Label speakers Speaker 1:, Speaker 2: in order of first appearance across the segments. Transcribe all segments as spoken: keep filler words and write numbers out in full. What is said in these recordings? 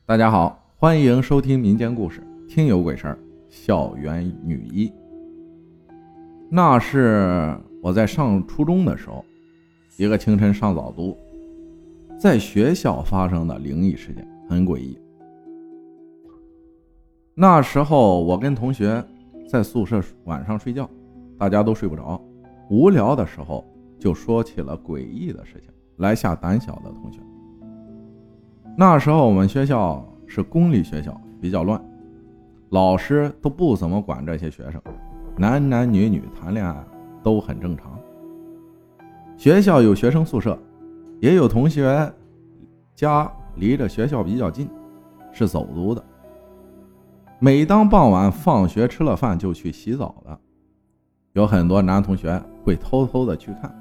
Speaker 1: 大家好，欢迎收听民间故事听有鬼事儿校园女一。那是我在上初中的时候，一个清晨上早读，在学校发生的灵异事件很诡异。那时候我跟同学在宿舍晚上睡觉，大家都睡不着，无聊的时候就说起了诡异的事情来吓胆小的同学。那时候我们学校是公立学校，比较乱，老师都不怎么管这些学生，男男女女谈恋爱都很正常。学校有学生宿舍，也有同学家离着学校比较近，是走读的。每当傍晚放学吃了饭就去洗澡的，有很多男同学会偷偷的去看。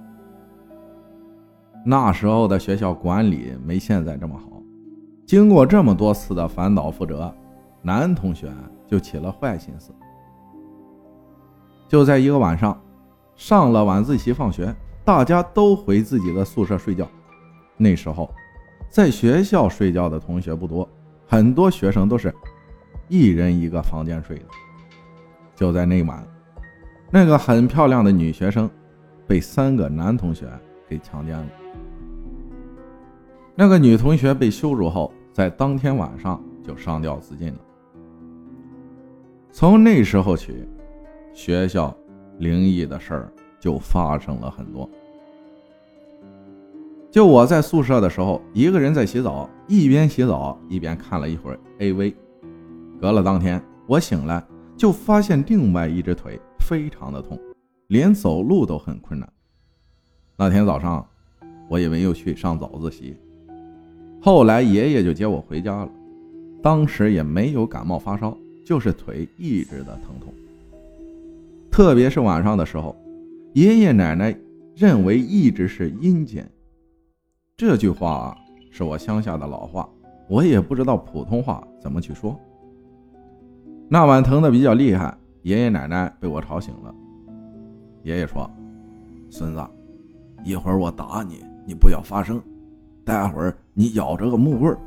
Speaker 1: 那时候的学校管理没现在这么好，经过这么多次的反导覆辙，男同学就起了坏心思。就在一个晚上，上了晚自习放学，大家都回自己的宿舍睡觉。那时候在学校睡觉的同学不多，很多学生都是一人一个房间睡的。就在那晚，那个很漂亮的女学生被三个男同学给强奸了。那个女同学被羞辱后，在当天晚上就上吊自尽了。从那时候起，学校灵异的事儿就发生了很多。就我在宿舍的时候，一个人在洗澡，一边洗澡一边看了一会儿 A V。 隔了当天，我醒来就发现另外一只腿非常的痛，连走路都很困难。那天早上我以为又去上早自习，后来爷爷就接我回家了，当时也没有感冒发烧，就是腿一直的疼痛。特别是晚上的时候，爷爷奶奶认为一直是阴间。这句话是我乡下的老话，我也不知道普通话怎么去说。那晚疼得比较厉害，爷爷奶奶被我吵醒了。爷爷说：“孙子，一会儿我打你，你不要发声，待会儿你咬着个木棍。”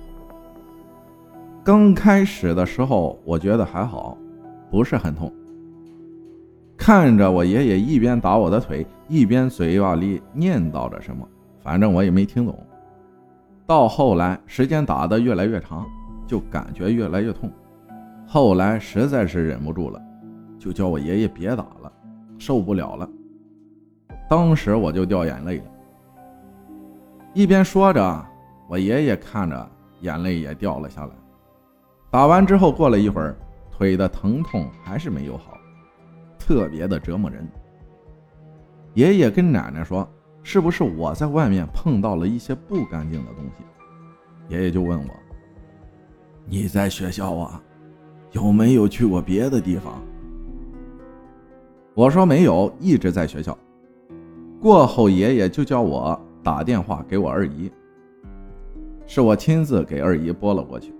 Speaker 1: 刚开始的时候我觉得还好，不是很痛，看着我爷爷一边打我的腿，一边嘴巴里念叨着什么，反正我也没听懂。到后来时间打得越来越长，就感觉越来越痛，后来实在是忍不住了，就叫我爷爷别打了，受不了了。当时我就掉眼泪了。一边说着，我爷爷看着眼泪也掉了下来。打完之后过了一会儿，腿的疼痛还是没有好，特别的折磨人。爷爷跟奶奶说，是不是我在外面碰到了一些不干净的东西？爷爷就问我，你在学校啊，有没有去过别的地方？我说没有，一直在学校。过后爷爷就叫我打电话给我二姨，是我亲自给二姨拨了过去。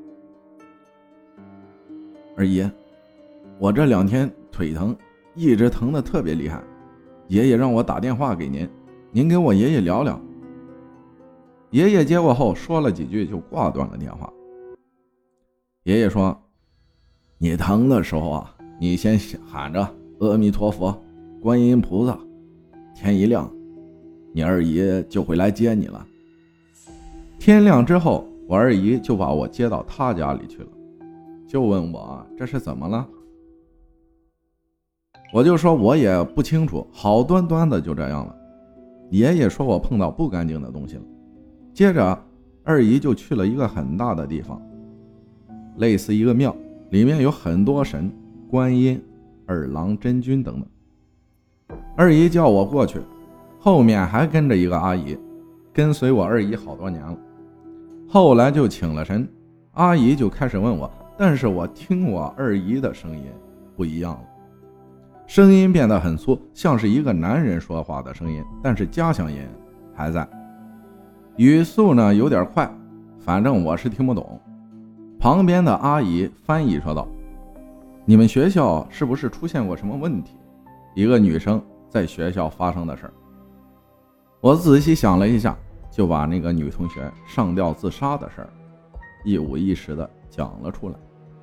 Speaker 1: 二姨，我这两天腿疼，一直疼得特别厉害，爷爷让我打电话给您，您跟我爷爷聊聊。爷爷接过后说了几句就挂断了电话。爷爷说，你疼的时候啊，你先喊着阿弥陀佛、观音菩萨，天一亮你二姨就会来接你了。天亮之后，我二姨就把我接到她家里去了，就问我这是怎么了。我就说我也不清楚，好端端的就这样了。爷爷说我碰到不干净的东西了。接着二姨就去了一个很大的地方，类似一个庙，里面有很多神，观音、二郎、真君等等。二姨叫我过去，后面还跟着一个阿姨，跟随我二姨好多年了。后来就请了神，阿姨就开始问我，但是我听我二姨的声音不一样了，声音变得很粗，像是一个男人说话的声音，但是加强音还在，语速呢有点快，反正我是听不懂。旁边的阿姨翻译说道，你们学校是不是出现过什么问题？一个女生在学校发生的事儿。我仔细想了一下，就把那个女同学上吊自杀的事儿一五一十的讲了出来。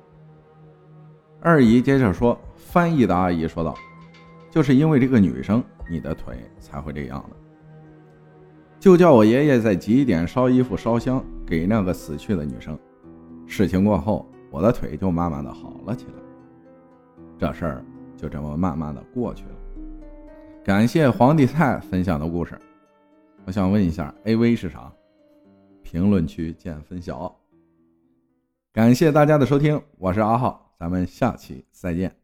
Speaker 1: 二姨接着说，翻译的阿姨说道，就是因为这个女生，你的腿才会这样的。就叫我爷爷在几点烧衣服烧香给那个死去的女生。事情过后，我的腿就慢慢的好了起来，这事儿就这么慢慢的过去了。感谢皇帝菜分享的故事。我想问一下 A V 是啥？评论区见分晓。感谢大家的收听，我是阿浩，咱们下期再见。